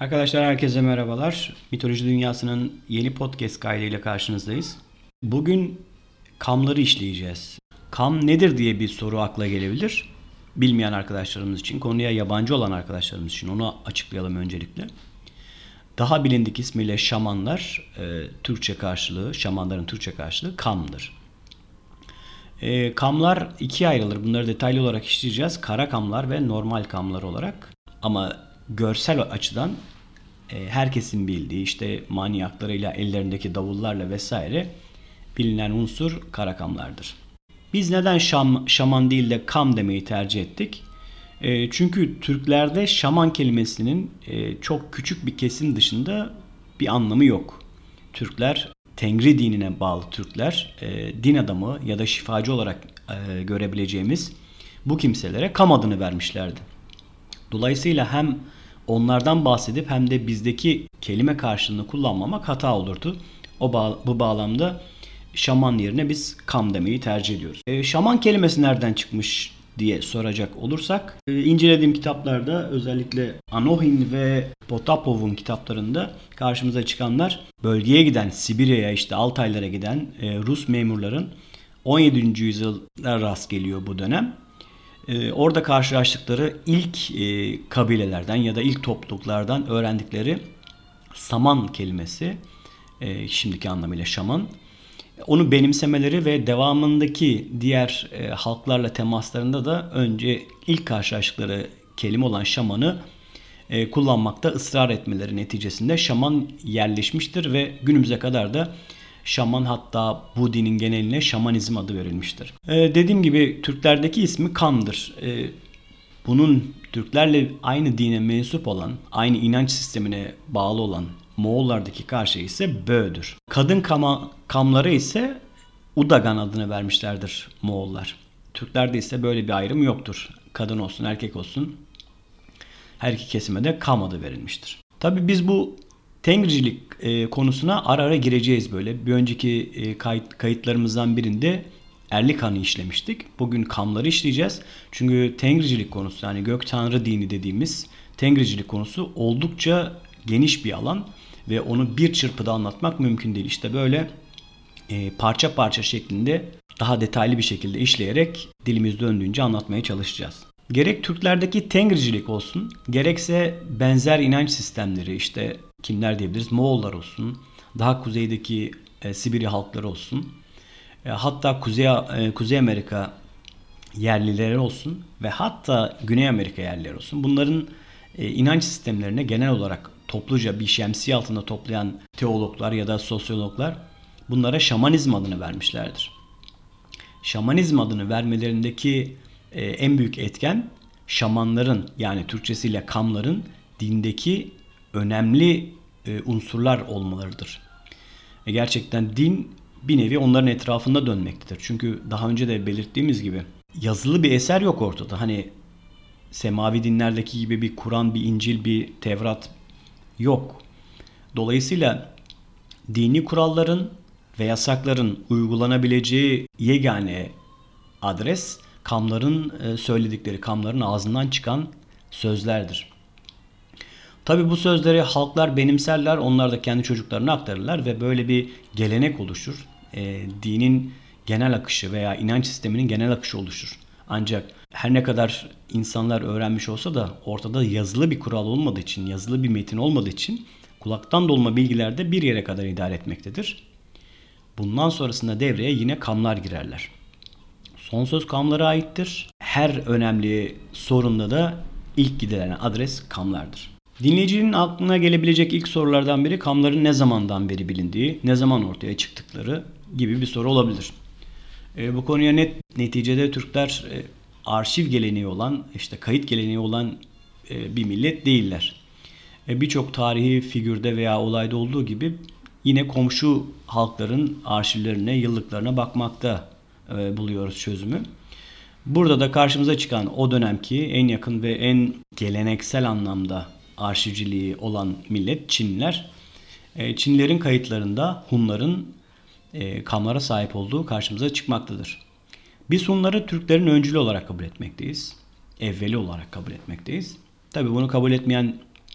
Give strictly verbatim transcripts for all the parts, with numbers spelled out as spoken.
Arkadaşlar herkese merhabalar. Mitoloji Dünyası'nın yeni podcast kaydıyla karşınızdayız. Bugün kamları işleyeceğiz. Kam nedir diye bir soru akla gelebilir. Bilmeyen arkadaşlarımız için, konuya yabancı olan arkadaşlarımız için onu açıklayalım öncelikle. Daha bilindik ismiyle şamanlar, e, Türkçe karşılığı, şamanların Türkçe karşılığı kamdır. E, kamlar ikiye ayrılır. Bunları detaylı olarak işleyeceğiz. Kara kamlar ve normal kamlar olarak. Ama görsel açıdan e, herkesin bildiği işte manyaklarıyla, ellerindeki davullarla vesaire bilinen unsur karakamlardır. Biz neden şam, şaman değil de kam demeyi tercih ettik? E, çünkü Türklerde şaman kelimesinin e, çok küçük bir kesim dışında bir anlamı yok. Türkler, Tengri dinine bağlı Türkler, e, din adamı ya da şifacı olarak e, görebileceğimiz bu kimselere kam adını vermişlerdi. Dolayısıyla hem onlardan bahsedip hem de bizdeki kelime karşılığını kullanmamak hata olurdu. O bağ, bu bağlamda şaman yerine biz kam demeyi tercih ediyoruz. E, şaman kelimesi nereden çıkmış diye soracak olursak, e, incelediğim kitaplarda özellikle Anohin ve Potapov'un kitaplarında karşımıza çıkanlar bölgeye giden, Sibirya'ya işte Altaylara giden e, Rus memurların on yedinci yüzyıla rast geliyor bu dönem. Ee, orada karşılaştıkları ilk e, kabilelerden ya da ilk topluluklardan öğrendikleri saman kelimesi, e, şimdiki anlamıyla şaman, onu benimsemeleri ve devamındaki diğer e, halklarla temaslarında da önce ilk karşılaştıkları kelime olan şamanı e, kullanmakta ısrar etmeleri neticesinde şaman yerleşmiştir ve günümüze kadar da şaman, hatta bu dinin geneline şamanizm adı verilmiştir. Ee, dediğim gibi Türklerdeki ismi Kam'dır. Ee, bunun Türklerle aynı dine mensup olan, aynı inanç sistemine bağlı olan Moğollardaki karşılığı ise Bö'dür. Kadın kama, kamlara ise Udagan adını vermişlerdir Moğollar. Türklerde ise böyle bir ayrım yoktur. Kadın olsun erkek olsun her iki kesime de kam adı verilmiştir. Tabii biz bu Tengricilik e, konusuna ara ara gireceğiz böyle. Bir önceki e, kayıt, kayıtlarımızdan birinde Erlikan'ı işlemiştik. Bugün Kamları işleyeceğiz. Çünkü Tengricilik konusu, yani gök tanrı dini dediğimiz Tengricilik konusu oldukça geniş bir alan ve onu bir çırpıda anlatmak mümkün değil. İşte böyle e, parça parça şeklinde daha detaylı bir şekilde işleyerek dilimiz döndüğünce anlatmaya çalışacağız. Gerek Türklerdeki Tengricilik olsun, gerekse benzer inanç sistemleri, işte kimler diyebiliriz? Moğollar olsun, daha kuzeydeki e, Sibirya halkları olsun, e, hatta Kuzey, e, Kuzey Amerika yerlileri olsun ve hatta Güney Amerika yerlileri olsun. Bunların e, inanç sistemlerine genel olarak topluca bir şemsiye altında toplayan teologlar ya da sosyologlar bunlara şamanizm adını vermişlerdir. Şamanizm adını vermelerindeki e, en büyük etken şamanların, yani Türkçesiyle kamların dindeki önemli e, unsurlar olmalarıdır. E, gerçekten din bir nevi onların etrafında dönmektedir. Çünkü daha önce de belirttiğimiz gibi yazılı bir eser yok ortada. Hani semavi dinlerdeki gibi bir Kur'an, bir İncil, bir Tevrat yok. Dolayısıyla dini kuralların ve yasakların uygulanabileceği yegane adres kamların söyledikleri, kamların ağzından çıkan sözlerdir. Tabi bu sözleri halklar benimserler, onlar da kendi çocuklarına aktarırlar ve böyle bir gelenek oluşur. E, dinin genel akışı veya inanç sisteminin genel akışı oluşur. Ancak her ne kadar insanlar öğrenmiş olsa da ortada yazılı bir kural olmadığı için, yazılı bir metin olmadığı için kulaktan dolma bilgiler de bir yere kadar idare etmektedir. Bundan sonrasında devreye yine kamlar girerler. Son söz kamlara aittir. Her önemli sorunda da ilk gidilen adres kamlardır. Dinleyicinin aklına gelebilecek ilk sorulardan biri kamların ne zamandan beri bilindiği, ne zaman ortaya çıktıkları gibi bir soru olabilir. E, bu konuya net neticede Türkler e, arşiv geleneği olan, işte kayıt geleneği olan e, bir millet değiller. E, Birçok tarihi figürde veya olayda olduğu gibi yine komşu halkların arşivlerine, yıllıklarına bakmakta e, buluyoruz çözümü. Burada da karşımıza çıkan o dönemki en yakın ve en geleneksel anlamda arşivciliği olan millet Çinliler. E, Çinlilerin kayıtlarında Hunların e, kamlara sahip olduğu karşımıza çıkmaktadır. Biz Hunları Türklerin öncülü olarak kabul etmekteyiz. Evveli olarak kabul etmekteyiz. Tabi bunu kabul etmeyen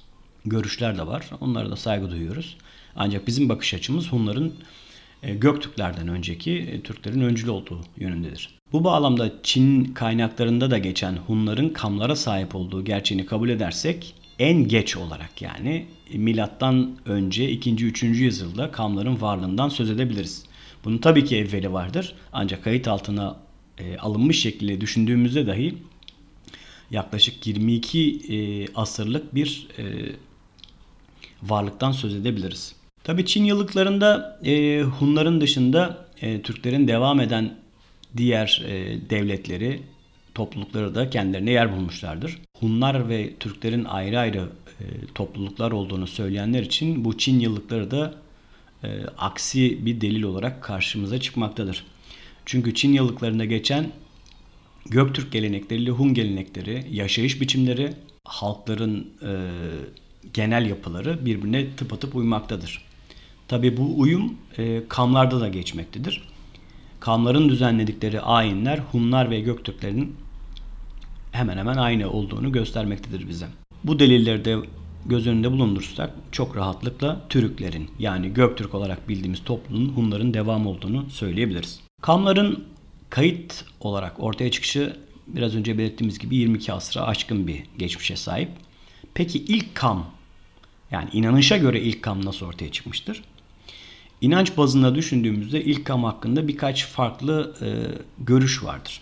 görüşler de var. Onlara da saygı duyuyoruz. Ancak bizim bakış açımız Hunların e, Göktürklerden önceki e, Türklerin öncül olduğu yönündedir. Bu bağlamda Çin kaynaklarında da geçen Hunların Kamlara sahip olduğu gerçeğini kabul edersek en geç olarak yani milattan önce ikinci. üçüncü yüzyılda Kamların varlığından söz edebiliriz. Bunun tabii ki evveli vardır. Ancak kayıt altına e, alınmış şekilde düşündüğümüzde dahi yaklaşık yirmi iki e, asırlık bir e, varlıktan söz edebiliriz. Tabii Çin yıllıklarında e, Hunların dışında e, Türklerin devam eden diğer e, devletleri, toplulukları da kendilerine yer bulmuşlardır. Hunlar ve Türklerin ayrı ayrı e, topluluklar olduğunu söyleyenler için bu Çin yıllıkları da e, aksi bir delil olarak karşımıza çıkmaktadır. Çünkü Çin yıllıklarında geçen Göktürk gelenekleriyle Hun gelenekleri, yaşayış biçimleri, halkların e, genel yapıları birbirine tıpatıp uymaktadır. Tabi bu uyum e, Kamlarda da geçmektedir. Kamların düzenledikleri ayinler Hunlar ve Göktürklerin hemen hemen aynı olduğunu göstermektedir bize. Bu delilleri de göz önünde bulundurursak çok rahatlıkla Türklerin yani Göktürk olarak bildiğimiz toplumun Hunların devam olduğunu söyleyebiliriz. Kamların kayıt olarak ortaya çıkışı biraz önce belirttiğimiz gibi yirmi iki asra aşkın bir geçmişe sahip. Peki ilk Kam yani inanışa göre ilk Kam nasıl ortaya çıkmıştır? İnanç bazında düşündüğümüzde ilk Kam hakkında birkaç farklı e, görüş vardır.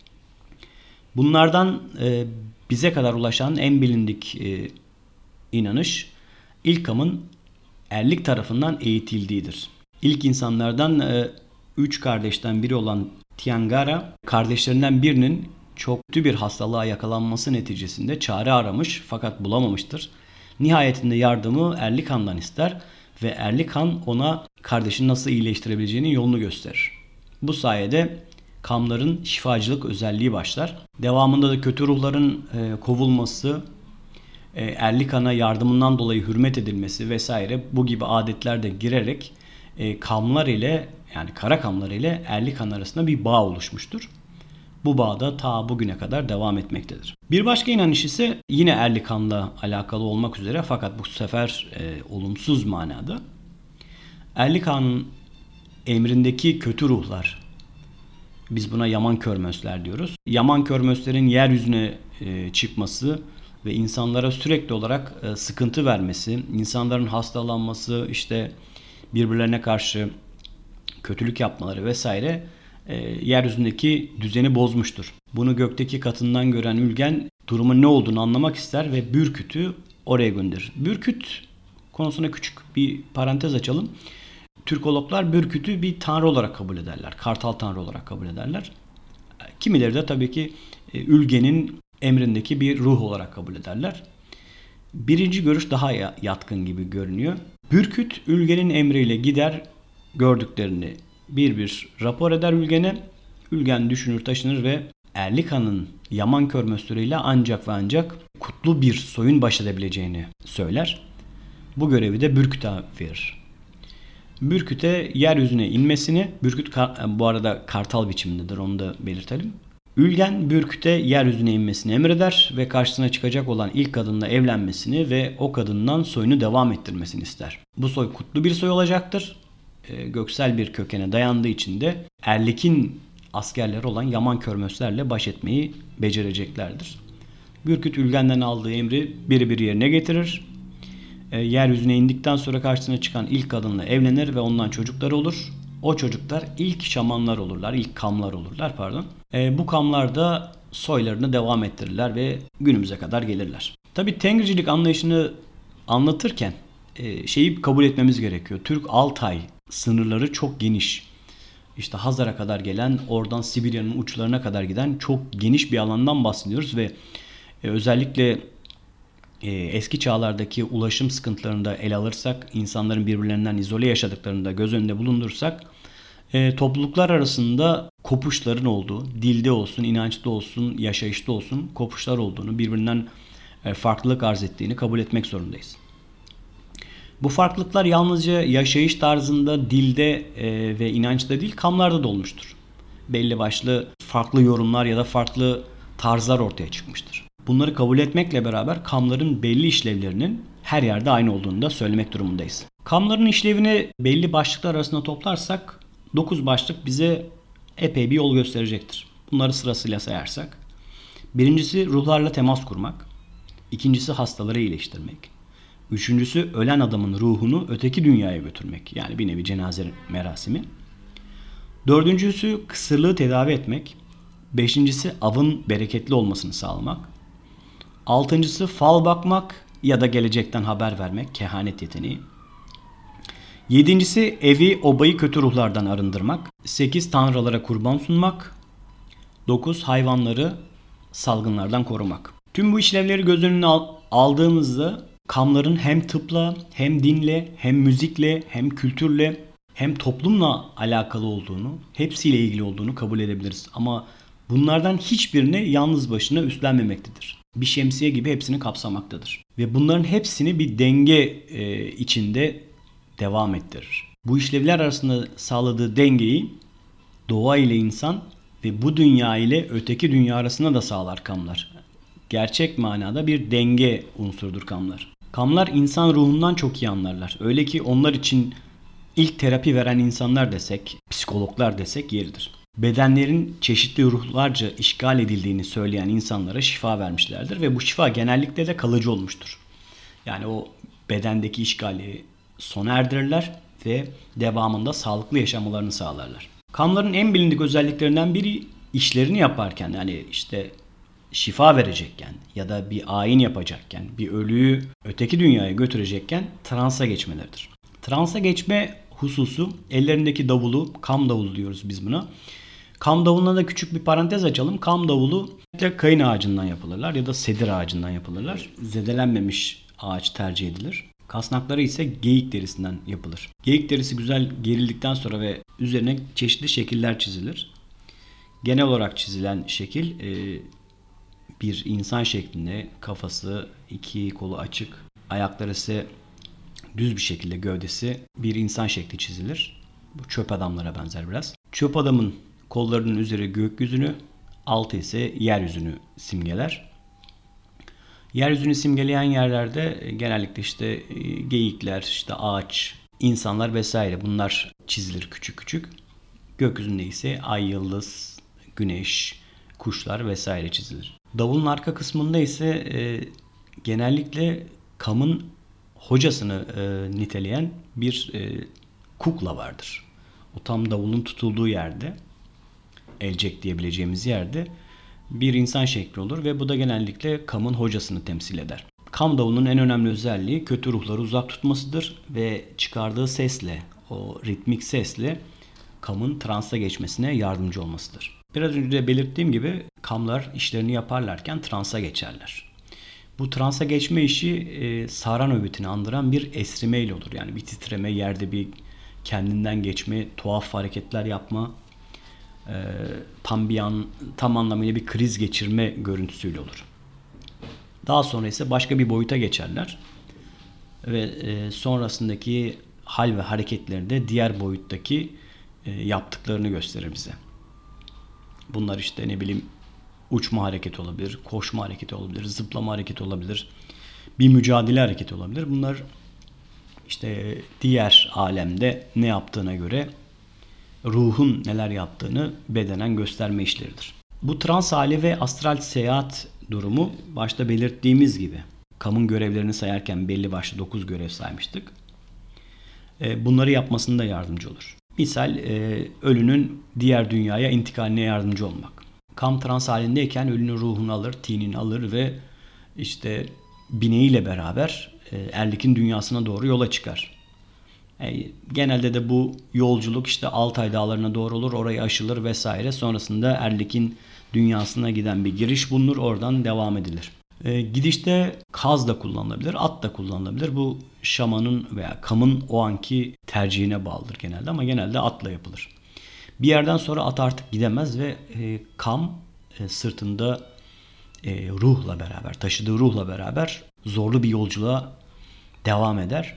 Bunlardan e, bize kadar ulaşan en bilindik e, inanış ilk Kam'ın erlik tarafından eğitildiğidir. İlk insanlardan e, üç kardeşten biri olan Tiangara kardeşlerinden birinin çok kötü bir hastalığa yakalanması neticesinde çare aramış fakat bulamamıştır. Nihayetinde yardımı Erlik Han'dan ister ve Erlik Han ona kardeşini nasıl iyileştirebileceğinin yolunu gösterir. Bu sayede Kamların şifacılık özelliği başlar. Devamında da kötü ruhların e, kovulması, e, Erlik Han'a yardımından dolayı hürmet edilmesi vesaire bu gibi adetler de girerek e, Kamlar ile yani Kara Kamlar ile Erlik Han arasında bir bağ oluşmuştur. Bu bağ da ta bugüne kadar devam etmektedir. Bir başka inanış ise yine Erlik Han'la alakalı olmak üzere fakat bu sefer e, olumsuz manada. Erlik Han'ın emrindeki kötü ruhlar, biz buna Yaman Körmözler diyoruz. Yaman Körmözlerin yeryüzüne e, çıkması ve insanlara sürekli olarak e, sıkıntı vermesi, insanların hastalanması, işte birbirlerine karşı kötülük yapmaları vesaire e, yeryüzündeki düzeni bozmuştur. Bunu gökteki katından gören Ülgen durumun ne olduğunu anlamak ister ve Bürküt'ü oraya gönderir. Bürküt konusuna küçük bir parantez açalım. Türkologlar Bürküt'ü bir tanrı olarak kabul ederler. Kartal tanrı olarak kabul ederler. Kimileri de tabii ki e, Ülgen'in emrindeki bir ruh olarak kabul ederler. Birinci görüş daha yatkın gibi görünüyor. Bürküt Ülgen'in emriyle gider, gördüklerini bir bir rapor eder Ülgen'e. Ülgen düşünür taşınır ve Erlik Han'ın Yaman Körmözleriyle ancak ve ancak kutlu bir soyun baş edebileceğini söyler. Bu görevi de Bürküt'e verir. Bürküt'e yeryüzüne inmesini, Bürküt bu arada kartal biçimindedir onu da belirtelim. Ülgen Bürküt'e yeryüzüne inmesini emreder ve karşısına çıkacak olan ilk kadınla evlenmesini ve o kadından soyunu devam ettirmesini ister. Bu soy kutlu bir soy olacaktır. E, göksel bir kökene dayandığı için de Erlik'in askerleri olan Yaman Körmözlerle baş etmeyi becereceklerdir. Bürküt Ülgen'den aldığı emri biri bir yerine getirir. E, yeryüzüne indikten sonra karşısına çıkan ilk kadınla evlenir ve ondan çocuklar olur. O çocuklar ilk şamanlar olurlar, ilk kamlar olurlar pardon. E, bu kamlar da soylarını devam ettirirler ve günümüze kadar gelirler. Tabi Tengricilik anlayışını anlatırken e, şeyi kabul etmemiz gerekiyor. Türk Altay sınırları çok geniş. İşte Hazar'a kadar gelen, oradan Sibirya'nın uçlarına kadar giden çok geniş bir alandan bahsediyoruz ve e, özellikle e, eski çağlardaki ulaşım sıkıntılarını da ele alırsak, insanların birbirlerinden izole yaşadıklarını da göz önünde bulundurursak, e, topluluklar arasında kopuşların olduğu, dilde olsun, inançta olsun, yaşayışta olsun kopuşlar olduğunu, birbirinden e, farklılık arz ettiğini kabul etmek zorundayız. Bu farklılıklar yalnızca yaşayış tarzında, dilde e, ve inançta değil, kamlarda da olmuştur. Belli başlı farklı yorumlar ya da farklı tarzlar ortaya çıkmıştır. Bunları kabul etmekle beraber kamların belli işlevlerinin her yerde aynı olduğunu da söylemek durumundayız. Kamların işlevini belli başlıklar arasında toplarsak dokuz başlık bize epey bir yol gösterecektir. Bunları sırasıyla sayarsak. Birincisi ruhlarla temas kurmak. İkincisi hastaları iyileştirmek. Üçüncüsü ölen adamın ruhunu öteki dünyaya götürmek. Yani bir nevi cenaze merasimi. Dördüncüsü kısırlığı tedavi etmek. Beşincisi avın bereketli olmasını sağlamak. Altıncısı fal bakmak ya da gelecekten haber vermek. Kehanet yeteneği. Yedincisi evi, obayı kötü ruhlardan arındırmak. Sekiz tanrılara kurban sunmak. Dokuz hayvanları salgınlardan korumak. Tüm bu işlevleri göz önüne aldığımızda kamların hem tıpla, hem dinle, hem müzikle, hem kültürle, hem toplumla alakalı olduğunu, hepsiyle ilgili olduğunu kabul edebiliriz. Ama bunlardan hiçbirini yalnız başına üstlenmemektedir. Bir şemsiye gibi hepsini kapsamaktadır. Ve bunların hepsini bir denge e, içinde devam ettirir. Bu işlevler arasında sağladığı dengeyi doğa ile insan ve bu dünya ile öteki dünya arasında da sağlar kamlar. Gerçek manada bir denge unsurdur kamlar. Kamlar insan ruhundan çok iyi anlarlar. Öyle ki onlar için ilk terapi veren insanlar desek, psikologlar desek yeridir. Bedenlerin çeşitli ruhlarca işgal edildiğini söyleyen insanlara şifa vermişlerdir ve bu şifa genellikle de kalıcı olmuştur. Yani o bedendeki işgali sona erdirirler ve devamında sağlıklı yaşamalarını sağlarlar. Kamların en bilindik özelliklerinden biri işlerini yaparken, yani işte şifa verecekken ya da bir ayin yapacakken, bir ölüyü öteki dünyaya götürecekken transa geçmeleridir. Transa geçme hususu ellerindeki davulu, kam davulu diyoruz biz buna. Kam davuluna da küçük bir parantez açalım. Kam davulu kayın ağacından yapılırlar ya da sedir ağacından yapılırlar. Zedelenmemiş ağaç tercih edilir. Kasnakları ise geyik derisinden yapılır. Geyik derisi güzel gerildikten sonra ve üzerine çeşitli şekiller çizilir. Genel olarak çizilen şekil bir insan şeklinde, kafası, iki kolu açık, ayakları ise düz bir şekilde, gövdesi bir insan şekli çizilir. Bu çöp adamlara benzer biraz. Çöp adamın kollarının üzeri gökyüzünü, altı ise yeryüzünü simgeler. Yeryüzünü simgeleyen yerlerde genellikle işte geyikler, işte ağaç, insanlar vesaire bunlar çizilir küçük küçük. Gökyüzünde ise ay, yıldız, güneş, kuşlar vesaire çizilir. Davulun arka kısmında ise e, genellikle kamın hocasını e, niteleyen bir e, kukla vardır. O tam davulun tutulduğu yerde, elcek diyebileceğimiz yerde bir insan şekli olur ve bu da genellikle kamın hocasını temsil eder. Kam davulunun en önemli özelliği kötü ruhları uzak tutmasıdır ve çıkardığı sesle, o ritmik sesle kamın transa geçmesine yardımcı olmasıdır. Biraz önce de belirttiğim gibi kamlar işlerini yaparlarken transa geçerler. Bu transa geçme işi e, sara nöbetini andıran bir esrimeyle olur. Yani bir titreme, yerde bir kendinden geçme, tuhaf hareketler yapma, e, tam bir an, tam anlamıyla bir kriz geçirme görüntüsüyle olur. Daha sonra ise başka bir boyuta geçerler ve e, sonrasındaki hal ve hareketleri de diğer boyuttaki e, yaptıklarını gösterir bize. Bunlar işte ne bileyim uçma hareketi olabilir, koşma hareketi olabilir, zıplama hareketi olabilir, bir mücadele hareketi olabilir. Bunlar işte diğer alemde ne yaptığına göre ruhun neler yaptığını bedenen gösterme işleridir. Bu trans hali ve astral seyahat durumu başta belirttiğimiz gibi kamın görevlerini sayarken belli başlı dokuz görev saymıştık. Bunları yapmasında yardımcı olur. Misal ölünün diğer dünyaya intikaline yardımcı olmak. Kam trans halindeyken ölünün ruhunu alır, tinini alır ve işte bineğiyle beraber Erlik'in dünyasına doğru yola çıkar. Yani genelde de bu yolculuk işte Altay dağlarına doğru olur, orayı aşılır vesaire. Sonrasında Erlik'in dünyasına giden bir giriş bulunur, oradan devam edilir. E, gidişte kaz da kullanılabilir, at da kullanılabilir. Bu şamanın veya kamın o anki tercihine bağlıdır genelde ama genelde atla yapılır. Bir yerden sonra at artık gidemez ve e, kam e, sırtında e, ruhla beraber, taşıdığı ruhla beraber zorlu bir yolculuğa devam eder.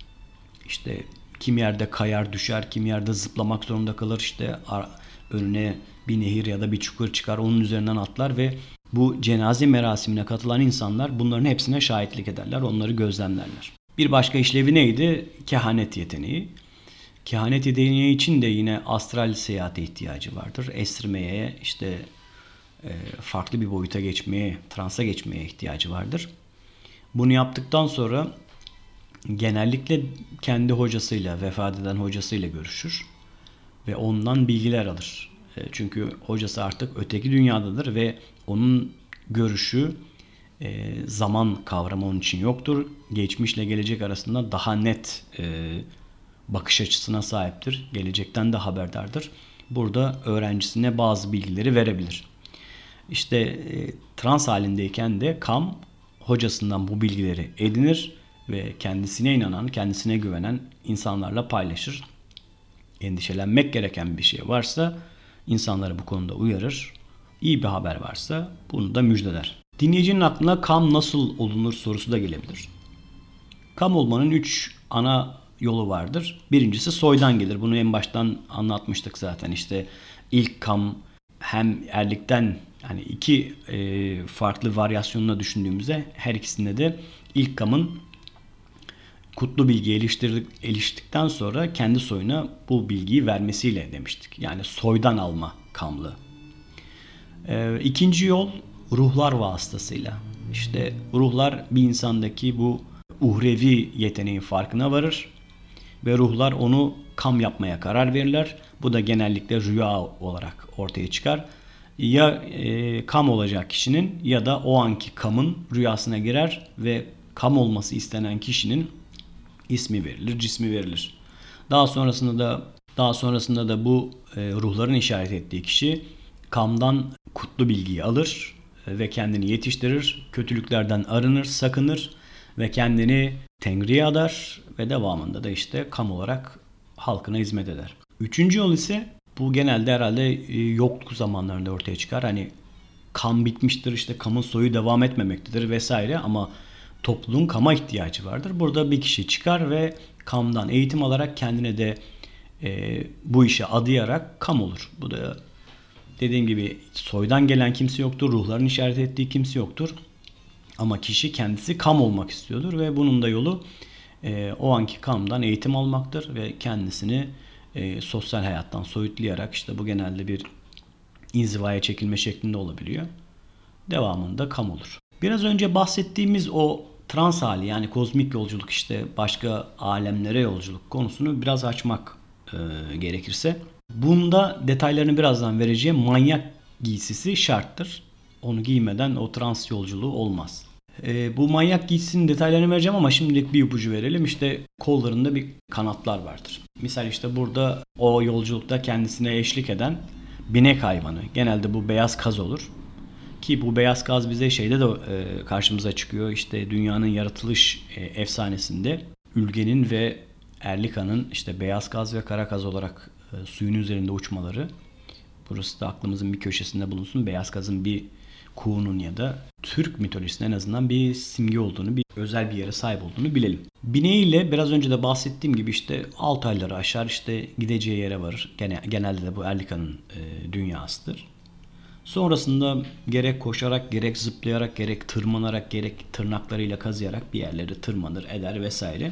İşte kim yerde kayar düşer, kim yerde zıplamak zorunda kalır. İşte önüne bir nehir ya da bir çukur çıkar, onun üzerinden atlar ve Bu cenaze merasimine katılan insanlar bunların hepsine şahitlik ederler, onları gözlemlerler. Bir başka işlevi neydi? Kehanet yeteneği. Kehanet yeteneği için de yine astral seyahate ihtiyacı vardır. Esirmeye, işte farklı bir boyuta geçmeye, transa geçmeye ihtiyacı vardır. Bunu yaptıktan sonra genellikle kendi hocasıyla, vefat eden hocasıyla görüşür ve ondan bilgiler alır. Çünkü hocası artık öteki dünyadadır ve onun görüşü, zaman kavramı onun için yoktur. Geçmişle gelecek arasında daha net bakış açısına sahiptir. Gelecekten de haberdardır. Burada öğrencisine bazı bilgileri verebilir. İşte e, trans halindeyken de Kam hocasından bu bilgileri edinir ve kendisine inanan, kendisine güvenen insanlarla paylaşır. Endişelenmek gereken bir şey varsa insanları bu konuda uyarır. İyi bir haber varsa bunu da müjdeler. Dinleyicinin aklına Kam nasıl olunur sorusu da gelebilir. Kam olmanın üç ana yolu vardır. Birincisi soydan gelir. Bunu en baştan anlatmıştık zaten. İşte ilk Kam hem erlikten, yani iki e, farklı varyasyonuna düşündüğümüzde her ikisinde de ilk Kam'ın kutlu bilgiyi eriştirdik, eriştikten sonra kendi soyuna bu bilgiyi vermesiyle demiştik. Yani soydan alma Kamlı. E, ikinci yol ruhlar vasıtasıyla. İşte ruhlar bir insandaki bu uhrevi yeteneğin farkına varır ve ruhlar onu Kam yapmaya karar verirler. Bu da genellikle rüya olarak ortaya çıkar. Ya e, Kam olacak kişinin ya da o anki Kam'ın rüyasına girer ve Kam olması istenen kişinin ismi verilir, cismi verilir. Daha sonrasında da daha sonrasında da bu e, ruhların işaret ettiği kişi Kam'dan kutlu bilgiyi alır ve kendini yetiştirir, kötülüklerden arınır, sakınır ve kendini Tengri'ye adar ve devamında da işte Kam olarak halkına hizmet eder. Üçüncü yol ise bu genelde herhalde yokluk zamanlarında ortaya çıkar. Hani Kam bitmiştir, işte Kam'ın soyu devam etmemektedir vesaire ama topluluğun Kam'a ihtiyacı vardır. Burada bir kişi çıkar ve Kam'dan eğitim alarak kendine de e, bu işe adayarak Kam olur. Bu da dediğim gibi soydan gelen kimse yoktur, ruhların işaret ettiği kimse yoktur. Ama kişi kendisi Kam olmak istiyordur ve bunun da yolu e, o anki Kam'dan eğitim almaktır ve kendisini e, sosyal hayattan soyutlayarak, işte bu genelde bir inzivaya çekilme şeklinde olabiliyor. Devamında Kam olur. Biraz önce bahsettiğimiz o trans hali, yani kozmik yolculuk, işte başka alemlere yolculuk konusunu biraz açmak e, gerekirse. Bunda detaylarını birazdan vereceğim. Manyak giysisi şarttır. Onu giymeden o trans yolculuğu olmaz. E, bu manyak giysisinin detaylarını vereceğim ama şimdilik bir ipucu verelim. İşte kollarında bir kanatlar vardır. Misal işte burada o yolculukta kendisine eşlik eden binek hayvanı. Genelde bu beyaz kaz olur. Ki bu beyaz kaz bize şeyde de e, karşımıza çıkıyor. İşte dünyanın yaratılış e, efsanesinde Ülge'nin ve Erlika'nın işte beyaz kaz ve kara kaz olarak e, suyun üzerinde uçmaları. Burası da aklımızın bir köşesinde bulunsun. Beyaz kazın bir kuğunun ya da Türk mitolojisinde en azından bir simge olduğunu, bir özel bir yere sahip olduğunu bilelim. Bineğiyle biraz önce de bahsettiğim gibi işte altı ayları aşar, işte gideceği yere varır. Gene, genelde de bu Erlika'nın e, dünyasıdır. Sonrasında gerek koşarak, gerek zıplayarak, gerek tırmanarak, gerek tırnaklarıyla kazıyarak bir yerleri tırmanır, eder vesaire.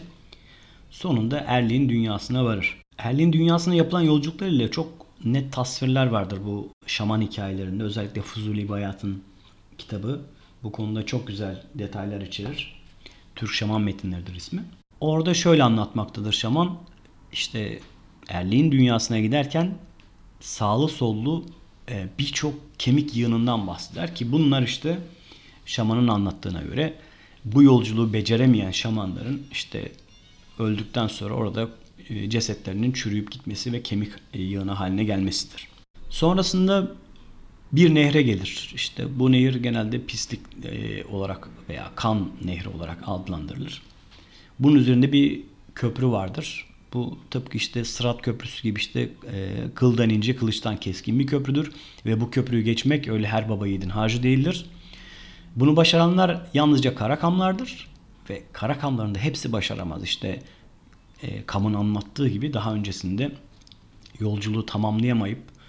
Sonunda Erlik'in dünyasına varır. Erlik'in dünyasına yapılan yolculuklarıyla çok net tasvirler vardır bu şaman hikayelerinde. Özellikle Fuzuli Bayat'ın kitabı bu konuda çok güzel detaylar içerir. Türk Şaman Metinleridir ismi. Orada şöyle anlatmaktadır şaman. İşte Erlik'in dünyasına giderken sağlı sollu birçok kemik yığınından bahseder ki bunlar işte şamanın anlattığına göre bu yolculuğu beceremeyen şamanların işte öldükten sonra orada cesetlerinin çürüyüp gitmesi ve kemik yığını haline gelmesidir. Sonrasında bir nehre gelir. İşte bu nehir genelde pislik olarak veya kan nehri olarak adlandırılır. Bunun üzerinde bir köprü vardır. Bu tıpkı işte Sırat Köprüsü gibi işte e, kıldan ince kılıçtan keskin bir köprüdür. Ve bu köprüyü geçmek öyle her baba yiğidin harcı değildir. Bunu başaranlar yalnızca Karakamlardır. Ve Karakamların da hepsi başaramaz. İşte e, Kam'ın anlattığı gibi daha öncesinde yolculuğu tamamlayamayıp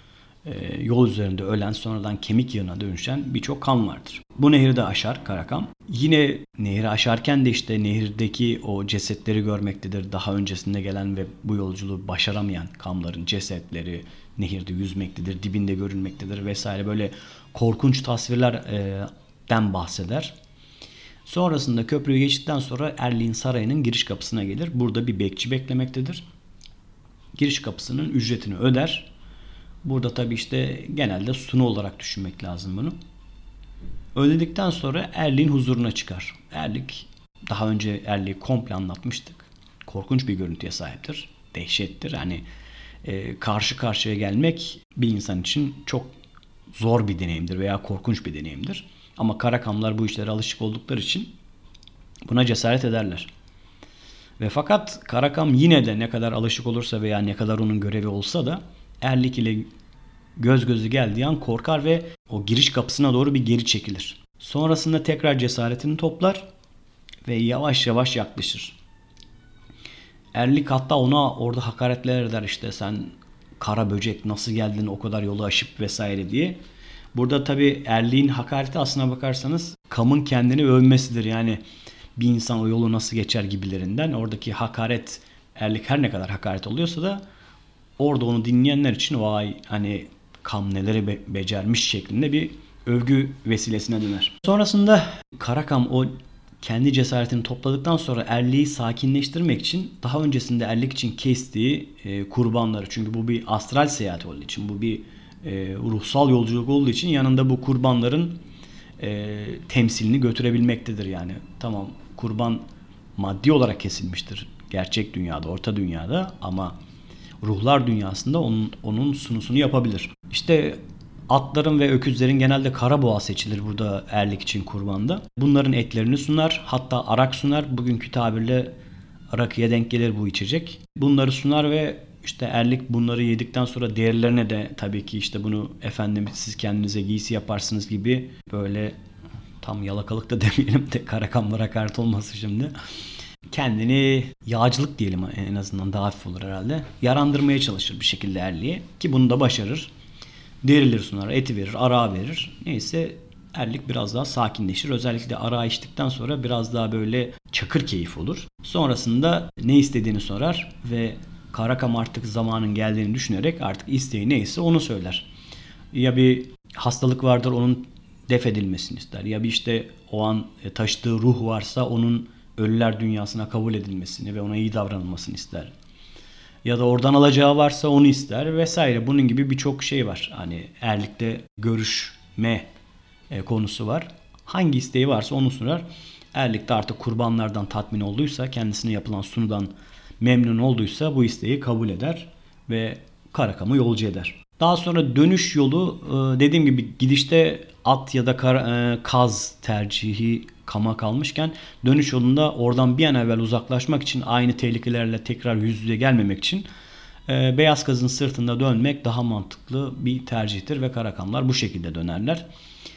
e, yol üzerinde ölen, sonradan kemik yığına dönüşen birçok kan vardır. Bu nehri de aşar Karakam. Yine nehri aşarken de işte nehirdeki o cesetleri görmektedir. Daha öncesinde gelen ve bu yolculuğu başaramayan kamların cesetleri nehirde yüzmektedir, dibinde görülmektedir vesaire, böyle korkunç tasvirlerden bahseder. Sonrasında köprüyü geçtikten sonra Erlik'in sarayının giriş kapısına gelir. Burada bir bekçi beklemektedir. Giriş kapısının ücretini öder. Burada tabi işte genelde sunu olarak düşünmek lazım bunu. Ödedikten sonra Erlik'in huzuruna çıkar. Erlik, daha önce Erlik'i komple anlatmıştık. Korkunç bir görüntüye sahiptir. Dehşettir. Hani e, karşı karşıya gelmek bir insan için çok zor bir deneyimdir veya korkunç bir deneyimdir. Ama Karakamlar bu işlere alışık oldukları için buna cesaret ederler. Ve fakat Karakam yine de ne kadar alışık olursa veya ne kadar onun görevi olsa da Erlik ile göz gözü geldiği an korkar ve o giriş kapısına doğru bir geri çekilir. Sonrasında tekrar cesaretini toplar ve yavaş yavaş yaklaşır. Erlik hatta ona orada hakaretler eder, işte sen kara böcek nasıl geldin o kadar yolu aşıp vesaire diye. Burada tabi Erlik'in hakareti aslına bakarsanız Kam'ın kendini övmesidir. Yani bir insan o yolu nasıl geçer gibilerinden. Oradaki hakaret, Erlik her ne kadar hakaret oluyorsa da orada onu dinleyenler için vay hani Kam neleri be- becermiş şeklinde bir övgü vesilesine döner. Sonrasında Karakam o kendi cesaretini topladıktan sonra Erlik'i sakinleştirmek için daha öncesinde Erlik için kestiği e, kurbanları, çünkü bu bir astral seyahat olduğu için, bu bir e, ruhsal yolculuk olduğu için yanında bu kurbanların e, temsilini götürebilmektedir. Yani tamam, kurban maddi olarak kesilmiştir gerçek dünyada, orta dünyada, ama ruhlar dünyasında onun, onun sunusunu yapabilir. İşte atların ve öküzlerin genelde karaboğa seçilir burada Erlik için kurbanda. Bunların etlerini sunar, hatta arak sunar. Bugünkü tabirle rakıya denk gelir bu içecek. Bunları sunar ve işte Erlik bunları yedikten sonra diğerlerine de tabii ki işte bunu efendim siz kendinize giysi yaparsınız gibi, böyle tam yalakalık da demeyelim de Karakamlara hakaret olmasın şimdi, kendini yağcılık diyelim en azından, daha hafif olur herhalde, yarandırmaya çalışır bir şekilde Erlik'e, ki bunu da başarır. Derileri sunar, eti verir, arağı verir. Neyse Erlik biraz daha sakinleşir. Özellikle arağı içtikten sonra biraz daha böyle çakır keyif olur. Sonrasında ne istediğini sorar ve Karakam artık zamanın geldiğini düşünerek artık isteği neyse onu söyler. Ya bir hastalık vardır, onun def edilmesini ister. Ya bir işte o an taşıdığı ruh varsa onun ölüler dünyasına kabul edilmesini ve ona iyi davranılmasını ister. Ya da oradan alacağı varsa onu ister vesaire. Bunun gibi birçok şey var. Hani Erlik'te görüşme e, konusu var. Hangi isteği varsa onu sunar. Erlik'te artık kurbanlardan tatmin olduysa, kendisine yapılan sunudan memnun olduysa bu isteği kabul eder ve Karakam'ı yolcu eder. Daha sonra dönüş yolu, e, dediğim gibi gidişte at ya da kar, e, kaz tercihi Kam'a kalmışken, dönüş yolunda oradan bir an evvel uzaklaşmak için, aynı tehlikelerle tekrar yüz yüze gelmemek için e, beyaz kazın sırtında dönmek daha mantıklı bir tercihtir ve Karakamlar bu şekilde dönerler.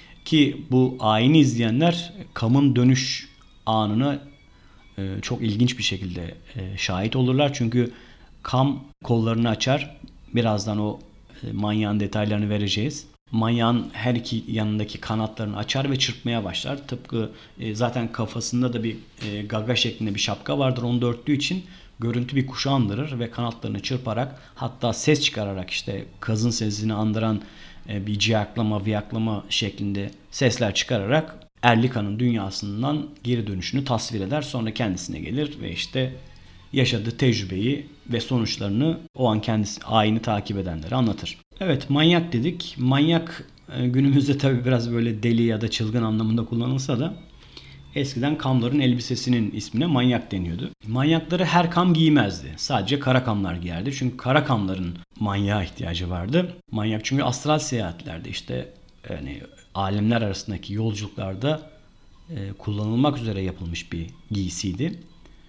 Ki bu ayini izleyenler Kam'ın dönüş anını e, çok ilginç bir şekilde e, şahit olurlar. Çünkü Kam kollarını açar. Birazdan o e, manyağın detaylarını vereceğiz. Manyağın her iki yanındaki kanatlarını açar ve çırpmaya başlar. Tıpkı e, zaten kafasında da bir e, gaga şeklinde bir şapka vardır. Onu da örttüğü için görüntü bir kuşu andırır ve kanatlarını çırparak, hatta ses çıkararak, işte kazın sesini andıran e, bir ciyaklama, viyaklama şeklinde sesler çıkararak Erlika'nın dünyasından geri dönüşünü tasvir eder. Sonra kendisine gelir ve işte yaşadığı tecrübeyi ve sonuçlarını o an kendisi ayini takip edenlere anlatır. Evet, manyak dedik. Manyak günümüzde tabii biraz böyle deli ya da çılgın anlamında kullanılsa da eskiden Kamların elbisesinin ismine manyak deniyordu. Manyakları her Kam giymezdi. Sadece Karakamlar giyerdi. Çünkü Karakamların manyağa ihtiyacı vardı. Manyak çünkü astral seyahatlerde, işte yani alemler arasındaki yolculuklarda e, kullanılmak üzere yapılmış bir giysiydi.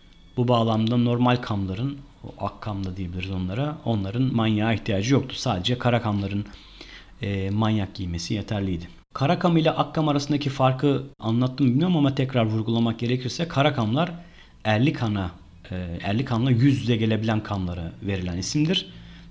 Bu bağlamda normal Kamların, o ak Kam da diyebiliriz onlara, onların manyağa ihtiyacı yoktu. Sadece Karakamların e, manyak giymesi yeterliydi. Karakam ile Akkam arasındaki farkı anlattım bilmiyorum ama tekrar vurgulamak gerekirse, Karakamlar Erlik Han'a, e, Erlik Han'la yüz yüze gelebilen Kamlara verilen isimdir.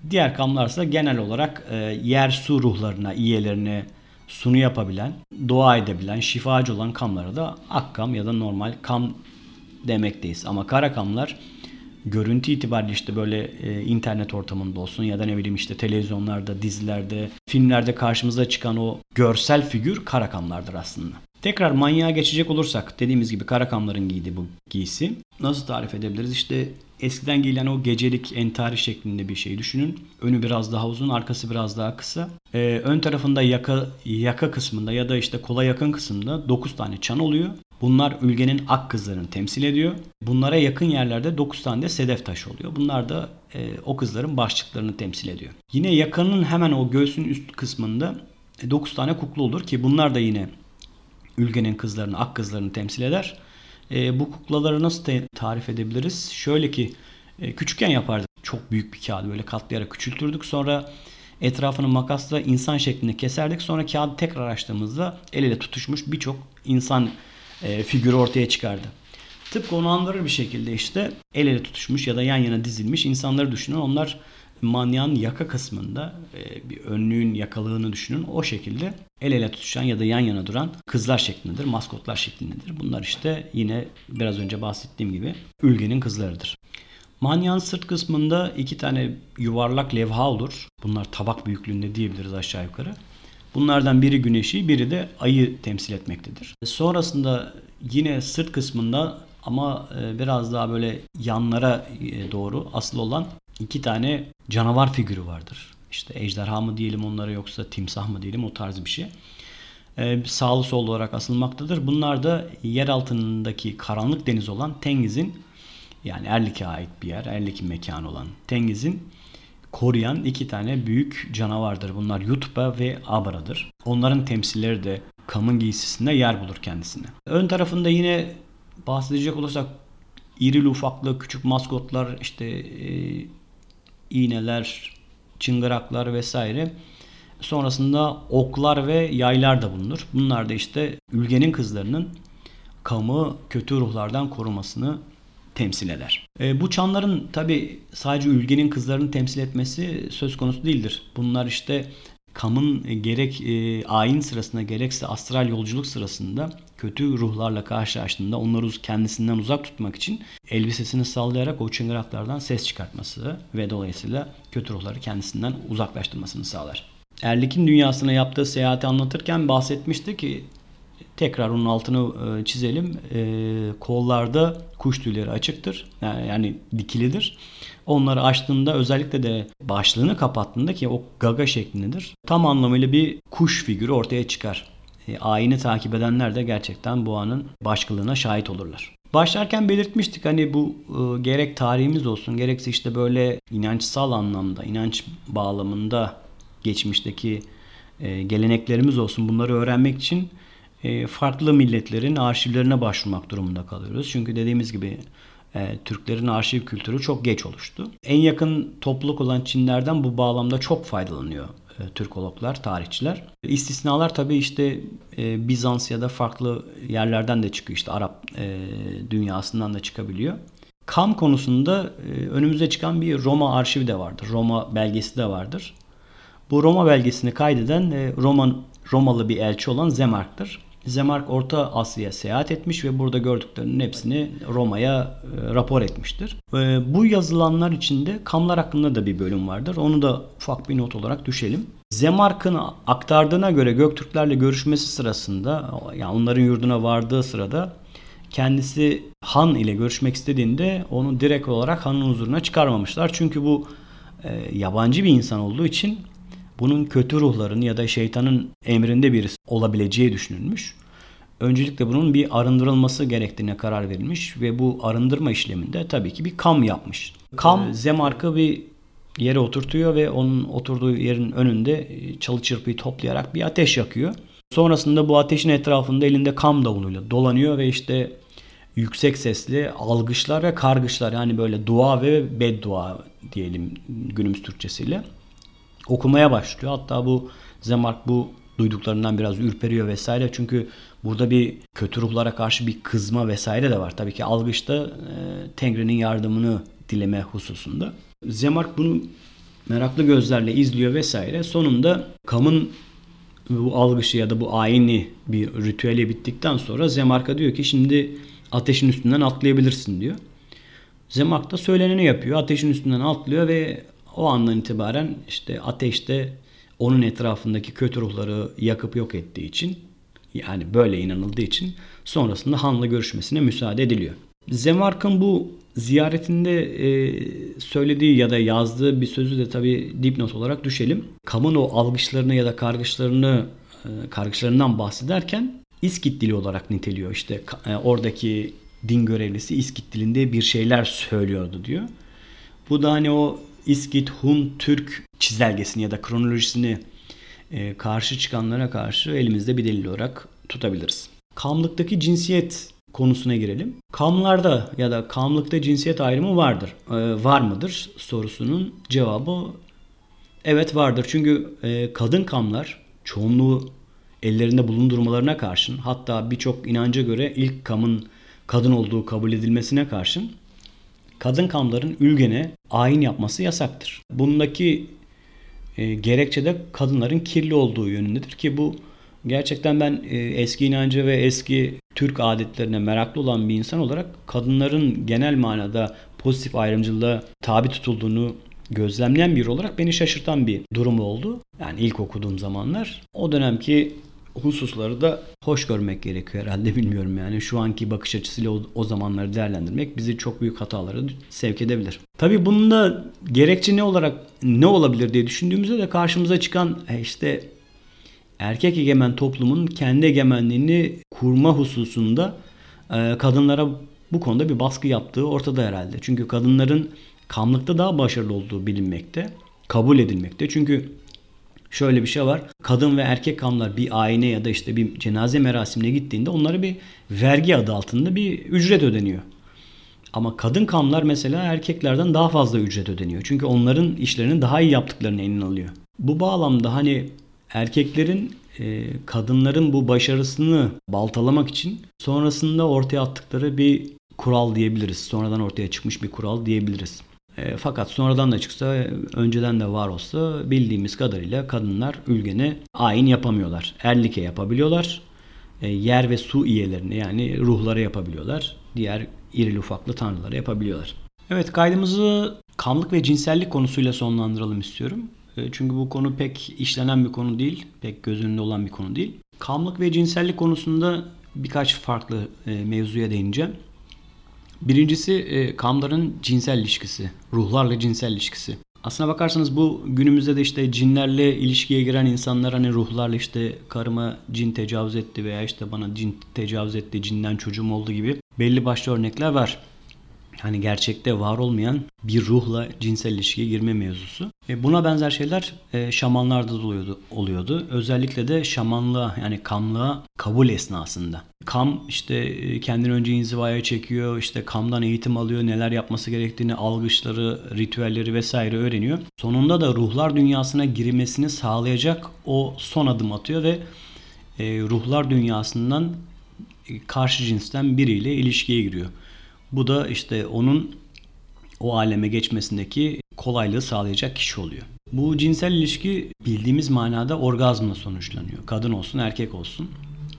Diğer kamlarsa genel olarak e, yer su ruhlarına, iyelerine sunu yapabilen, dua edebilen, şifacı olan kamlara da akkam ya da normal kam demekteyiz. Ama kara kamlar görüntü itibariyle işte böyle e, internet ortamında olsun ya da ne bileyim işte televizyonlarda, dizilerde, filmlerde karşımıza çıkan o görsel figür karakamlardır aslında. Tekrar manyağa geçecek olursak dediğimiz gibi karakamların giydiği bu giysi nasıl tarif edebiliriz? İşte eskiden giyilen o gecelik entari şeklinde bir şey düşünün. Önü biraz daha uzun, arkası biraz daha kısa. Ee, ön tarafında yaka, yaka kısmında ya da işte kola yakın kısmında dokuz tane çan oluyor. Bunlar ülkenin ak kızlarını temsil ediyor. Bunlara yakın yerlerde dokuz tane de sedef taşı oluyor. Bunlar da e, o kızların başlıklarını temsil ediyor. Yine yakanın hemen o göğsün üst kısmında e, dokuz tane kukla olur ki bunlar da yine ülkenin kızlarını, ak kızlarını temsil eder. E, bu kuklaları nasıl te- tarif edebiliriz? Şöyle ki e, küçükken yapardık. Çok büyük bir kağıdı böyle katlayarak küçültürdük. Sonra etrafını makasla insan şeklinde keserdik. Sonra kağıdı tekrar açtığımızda el ele tutuşmuş birçok insan e, figürü ortaya çıkardı. Tıpkı onu andırır bir şekilde işte el ele tutuşmuş ya da yan yana dizilmiş insanları düşünün. Onlar manyağın yaka kısmında e, bir önlüğün yakalığını düşünün. O şekilde el ele tutuşan ya da yan yana duran kızlar şeklindedir, maskotlar şeklindedir. Bunlar işte yine biraz önce bahsettiğim gibi ülkenin kızlarıdır. Manyağın sırt kısmında iki tane yuvarlak levha olur. Bunlar tabak büyüklüğünde diyebiliriz aşağı yukarı. Bunlardan biri güneşi, biri de ayı temsil etmektedir. Sonrasında yine sırt kısmında ama biraz daha böyle yanlara doğru asılı olan iki tane canavar figürü vardır. İşte ejderha mı diyelim onlara yoksa timsah mı diyelim o tarz bir şey. Ee, sağlı sollu olarak asılmaktadır. Bunlar da yer altındaki karanlık deniz olan Tengiz'in yani Erlik'e ait bir yer, Erlik'in mekanı olan Tengiz'in koruyan iki tane büyük canavardır. Bunlar Yutba ve Abra'dır. Onların temsilleri de Kam'ın giysisinde yer bulur kendisine. Ön tarafında yine bahsedecek olursak irili ufaklı küçük maskotlar, işte e, iğneler, çıngıraklar vesaire. Sonrasında oklar ve yaylar da bulunur. Bunlar da işte ülkenin kızlarının Kam'ı kötü ruhlardan korumasını temsil eder. E, bu çanların tabi sadece ülkenin kızlarını temsil etmesi söz konusu değildir. Bunlar işte Kam'ın gerek e, ayin sırasında gerekse astral yolculuk sırasında kötü ruhlarla karşılaştığında onları kendisinden uzak tutmak için elbisesini sallayarak o çıngıraklardan ses çıkartması ve dolayısıyla kötü ruhları kendisinden uzaklaştırmasını sağlar. Erlik'in dünyasına yaptığı seyahati anlatırken bahsetmişti ki tekrar onun altını çizelim. E, kollarda kuş tüyleri açıktır. Yani, yani dikilidir. Onları açtığında özellikle de başlığını kapattığında ki o gaga şeklindedir. Tam anlamıyla bir kuş figürü ortaya çıkar. E, ayini takip edenler de gerçekten bu anın başkılığına şahit olurlar. Başlarken belirtmiştik hani bu e, gerek tarihimiz olsun gerekse işte böyle inançsal anlamda, inanç bağlamında geçmişteki e, geleneklerimiz olsun bunları öğrenmek için e, farklı milletlerin arşivlerine başvurmak durumunda kalıyoruz. Çünkü dediğimiz gibi e, Türklerin arşiv kültürü çok geç oluştu. En yakın topluluk olan Çinlerden bu bağlamda çok faydalanıyor e, Türkologlar, tarihçiler. İstisnalar tabii işte e, Bizans ya da farklı yerlerden de çıkıyor. İşte Arap e, dünyasından da çıkabiliyor. Kam konusunda e, önümüze çıkan bir Roma arşivi de vardır. Roma belgesi de vardır. Bu Roma belgesini kaydeden e, Roma, Romalı bir elçi olan Zemark'tır. Zemark Orta Asya'ya seyahat etmiş ve burada gördüklerinin hepsini Roma'ya e, rapor etmiştir. E, bu yazılanlar içinde Kamlar hakkında da bir bölüm vardır. Onu da ufak bir not olarak düşelim. Zemark'ın aktardığına göre Göktürklerle görüşmesi sırasında, yani onların yurduna vardığı sırada kendisi Han ile görüşmek istediğinde onu direkt olarak Han'ın huzuruna çıkarmamışlar. Çünkü bu e, yabancı bir insan olduğu için bunun kötü ruhların ya da şeytanın emrinde birisi olabileceği düşünülmüş. Öncelikle bunun bir arındırılması gerektiğine karar verilmiş ve bu arındırma işleminde tabii ki bir kam yapmış. Kam Zemark'ı bir yere oturtuyor ve onun oturduğu yerin önünde çalı çırpıyı toplayarak bir ateş yakıyor. Sonrasında bu ateşin etrafında elinde kam davuluyla dolanıyor ve işte yüksek sesli algışlar ve kargışlar, yani böyle dua ve beddua diyelim günümüz Türkçesiyle okumaya başlıyor. Hatta bu Zemark bu duyduklarından biraz ürperiyor vesaire. Çünkü burada bir kötü ruhlara karşı bir kızma vesaire de var. Tabii ki algışta e, Tengri'nin yardımını dileme hususunda. Zemark bunu meraklı gözlerle izliyor vesaire. Sonunda Kam'ın bu algışı ya da bu ayini bir ritüeli bittikten sonra Zemark'a diyor ki şimdi ateşin üstünden atlayabilirsin diyor. Zemark da söyleneni yapıyor. Ateşin üstünden atlıyor ve o andan itibaren işte ateşte onun etrafındaki kötü ruhları yakıp yok ettiği için, yani böyle inanıldığı için sonrasında Han'la görüşmesine müsaade ediliyor. Zemark'ın bu ziyaretinde e, söylediği ya da yazdığı bir sözü de tabii dipnot olarak düşelim. Kam'ın o algıçlarını ya da kargıçlarını e, kargıçlarından bahsederken İskit dili olarak niteliyor. İşte e, oradaki din görevlisi İskit dilinde bir şeyler söylüyordu diyor. Bu da hani o İskit, Hun, Türk çizelgesini ya da kronolojisini e, karşı çıkanlara karşı elimizde bir delil olarak tutabiliriz. Kamlıktaki cinsiyet konusuna girelim. Kamlarda ya da Kamlıkta cinsiyet ayrımı vardır. E, var mıdır sorusunun cevabı evet vardır. Çünkü e, kadın Kamlar çoğunluğu ellerinde bulundurmalarına karşın, hatta birçok inanca göre ilk Kam'ın kadın olduğu kabul edilmesine karşın kadın Kamların Ülgen'e ayin yapması yasaktır. Bundaki e, gerekçe de kadınların kirli olduğu yönündedir ki bu gerçekten ben e, eski inanca ve eski Türk adetlerine meraklı olan bir insan olarak kadınların genel manada pozitif ayrımcılığa tabi tutulduğunu gözlemleyen biri olarak beni şaşırtan bir durum oldu. Yani ilk okuduğum zamanlar. O dönemki hususları da hoş görmek gerekiyor herhalde, bilmiyorum yani. Şu anki bakış açısıyla o, o zamanları değerlendirmek bizi çok büyük hatalara sevk edebilir. Tabii bunun da gerekçe ne olarak ne olabilir diye düşündüğümüzde de karşımıza çıkan işte erkek egemen toplumun kendi egemenliğini kurma hususunda kadınlara bu konuda bir baskı yaptığı ortada herhalde. Çünkü kadınların Kamlıkta daha başarılı olduğu bilinmekte, kabul edilmekte. Çünkü şöyle bir şey var. Kadın ve erkek Kamlar bir ayine ya da işte bir cenaze merasimine gittiğinde onlara bir vergi adı altında bir ücret ödeniyor. Ama kadın Kamlar mesela erkeklerden daha fazla ücret ödeniyor. Çünkü onların işlerini daha iyi yaptıklarına inanılıyor. Bu bağlamda hani erkeklerin e, kadınların bu başarısını baltalamak için sonrasında ortaya attıkları bir kural diyebiliriz. Sonradan ortaya çıkmış bir kural diyebiliriz. E, fakat sonradan da çıksa, önceden de var olsa bildiğimiz kadarıyla kadınlar Ülgen'e ayin yapamıyorlar. Erlike yapabiliyorlar. E, yer ve su iyelerine yani ruhlara yapabiliyorlar. Diğer irili ufaklı tanrılara yapabiliyorlar. Evet, kaydımızı kamlık ve cinsellik konusuyla sonlandıralım istiyorum. E, çünkü bu konu pek işlenen bir konu değil. Pek göz önünde olan bir konu değil. Kamlık ve cinsellik konusunda birkaç farklı e, mevzuya değineceğim. Birincisi e, Kamların cinsel ilişkisi, ruhlarla cinsel ilişkisi. Aslına bakarsanız bu günümüzde de işte cinlerle ilişkiye giren insanlar hani ruhlarla işte karıma cin tecavüz etti veya işte bana cin tecavüz etti, cinden çocuğum oldu gibi belli başlı örnekler var. Hani gerçekte var olmayan bir ruhla cinsel ilişkiye girme mevzusu. E buna benzer şeyler e, şamanlarda da oluyordu, oluyordu. Özellikle de şamanlığa yani kamlığa kabul esnasında. Kam işte e, kendini önce inzivaya çekiyor, işte kamdan eğitim alıyor, neler yapması gerektiğini, algıçları, ritüelleri vesaire öğreniyor. Sonunda da ruhlar dünyasına girmesini sağlayacak o son adım atıyor ve e, ruhlar dünyasından e, karşı cinsten biriyle ilişkiye giriyor. Bu da işte onun o aleme geçmesindeki kolaylığı sağlayacak kişi oluyor. Bu cinsel ilişki bildiğimiz manada orgazmla sonuçlanıyor. Kadın olsun erkek olsun.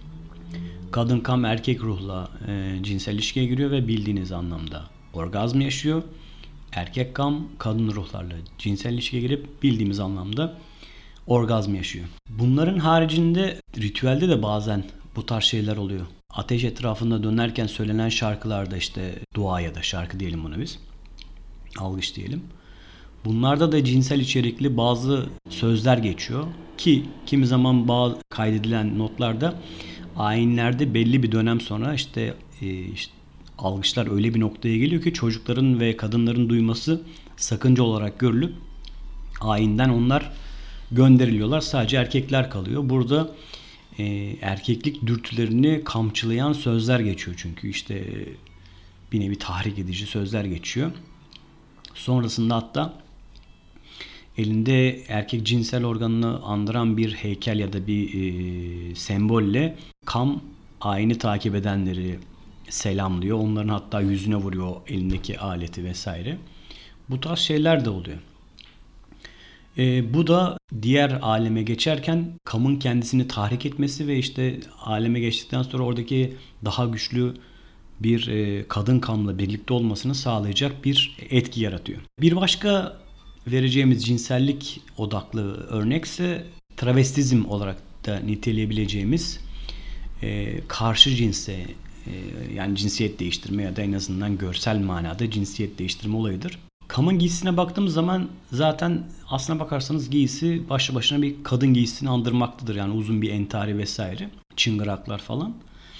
Kadın kam erkek ruhla e, cinsel ilişkiye giriyor ve bildiğiniz anlamda orgazm yaşıyor. Erkek kam kadın ruhlarla cinsel ilişkiye girip bildiğimiz anlamda orgazm yaşıyor. Bunların haricinde ritüelde de bazen bu tarz şeyler oluyor. Ateş etrafında dönerken söylenen şarkılarda işte dua ya da şarkı diyelim buna biz. Algıç diyelim. Bunlarda da cinsel içerikli bazı sözler geçiyor ki kimi zaman bazı kaydedilen notlarda ayinlerde belli bir dönem sonra işte, e, işte algıçlar öyle bir noktaya geliyor ki çocukların ve kadınların duyması sakınca olarak görülüp ayinden onlar gönderiliyorlar. Sadece erkekler kalıyor. Burada e, erkeklik dürtülerini kamçılayan sözler geçiyor çünkü işte bir nevi tahrik edici sözler geçiyor. Sonrasında hatta elinde erkek cinsel organını andıran bir heykel ya da bir e, sembolle kam ayini takip edenleri selamlıyor. Onların hatta yüzüne vuruyor elindeki aleti vesaire. Bu tarz şeyler de oluyor. E, bu da diğer aleme geçerken Kam'ın kendisini tahrik etmesi ve işte aleme geçtikten sonra oradaki daha güçlü bir e, kadın Kam'la birlikte olmasını sağlayacak bir etki yaratıyor. Bir başka vereceğimiz cinsellik odaklı örnekse travestizm olarak da niteleyebileceğimiz e, karşı cinse e, yani cinsiyet değiştirme ya da en azından görsel manada cinsiyet değiştirme olayıdır. Kam'ın giysisine baktığımız zaman zaten aslına bakarsanız giysi başlı başına bir kadın giysisini andırmaktadır. Yani uzun bir entari vesaire, çıngıraklar falan.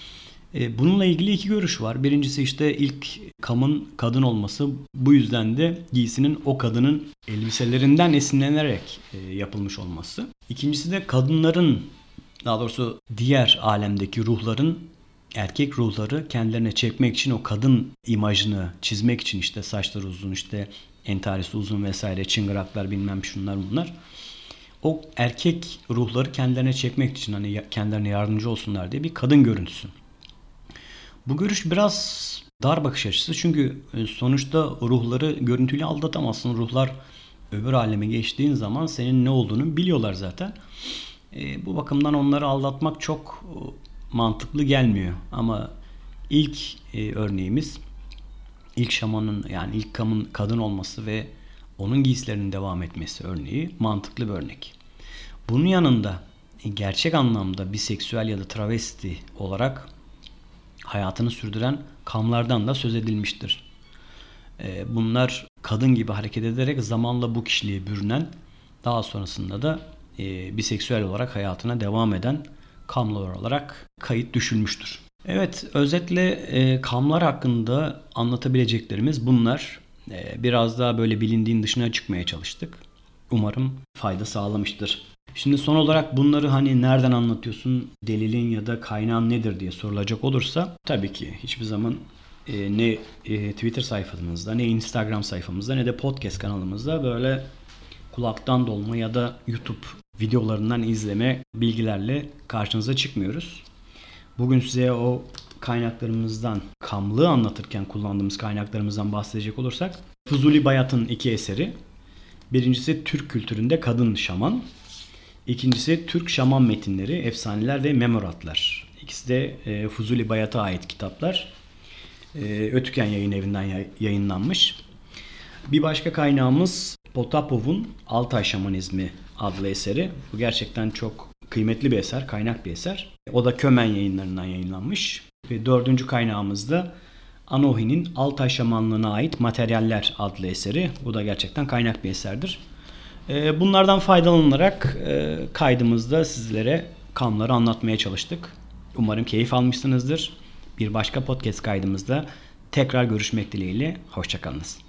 E, bununla ilgili iki görüş var. Birincisi işte ilk Kam'ın kadın olması, bu yüzden de giysinin o kadının elbiselerinden esinlenerek e, yapılmış olması. İkincisi de kadınların, daha doğrusu diğer alemdeki ruhların, erkek ruhları kendilerine çekmek için o kadın imajını çizmek için işte saçları uzun, işte entarisi uzun vesaire, çıngıraklar bilmem şunlar bunlar. O erkek ruhları kendilerine çekmek için, hani kendilerine yardımcı olsunlar diye bir kadın görüntüsü. Bu görüş biraz dar bakış açısı, çünkü sonuçta ruhları görüntüyle aldatamazsın. Ruhlar öbür aleme geçtiğin zaman senin ne olduğunu biliyorlar zaten. E, bu bakımdan onları aldatmak çok mantıklı gelmiyor. Ama ilk e, örneğimiz, ilk şamanın yani ilk Kam'ın kadın olması ve onun giysilerinin devam etmesi örneği mantıklı bir örnek. Bunun yanında e, gerçek anlamda biseksüel ya da travesti olarak hayatını sürdüren Kamlardan da söz edilmiştir. E, bunlar kadın gibi hareket ederek zamanla bu kişiliğe bürünen, daha sonrasında da e, biseksüel olarak hayatına devam eden Kamlar olarak kayıt düşülmüştür. Evet, özetle e, Kamlar hakkında anlatabileceklerimiz bunlar. E, biraz daha böyle bilindiğin dışına çıkmaya çalıştık. Umarım fayda sağlamıştır. Şimdi son olarak bunları hani nereden anlatıyorsun, delilin ya da kaynağın nedir diye sorulacak olursa, tabii ki hiçbir zaman e, ne e, Twitter sayfamızda, ne Instagram sayfamızda, ne de podcast kanalımızda böyle kulaktan dolma ya da YouTube videolarından izleme bilgilerle karşınıza çıkmıyoruz. Bugün size o kaynaklarımızdan, Kamlığı anlatırken kullandığımız kaynaklarımızdan bahsedecek olursak, Fuzuli Bayat'ın iki eseri. Birincisi Türk kültüründe kadın şaman. İkincisi Türk şaman metinleri, efsaneler ve memoratlar. İkisi de e, Fuzuli Bayat'a ait kitaplar. E, Ötüken Yayın Evi'nden yayınlanmış. Bir başka kaynağımız Potapov'un Altay Şamanizmi adlı eseri. Bu gerçekten çok kıymetli bir eser, kaynak bir eser. O da Kömen Yayınlarından yayınlanmış. Ve dördüncü kaynağımız da Anohi'nin Altay Şamanlığına ait Materyaller adlı eseri. Bu da gerçekten kaynak bir eserdir. Bunlardan faydalanarak kaydımızda sizlere Kamları anlatmaya çalıştık. Umarım keyif almışsınızdır. Bir başka podcast kaydımızda tekrar görüşmek dileğiyle. Hoşça kalınız.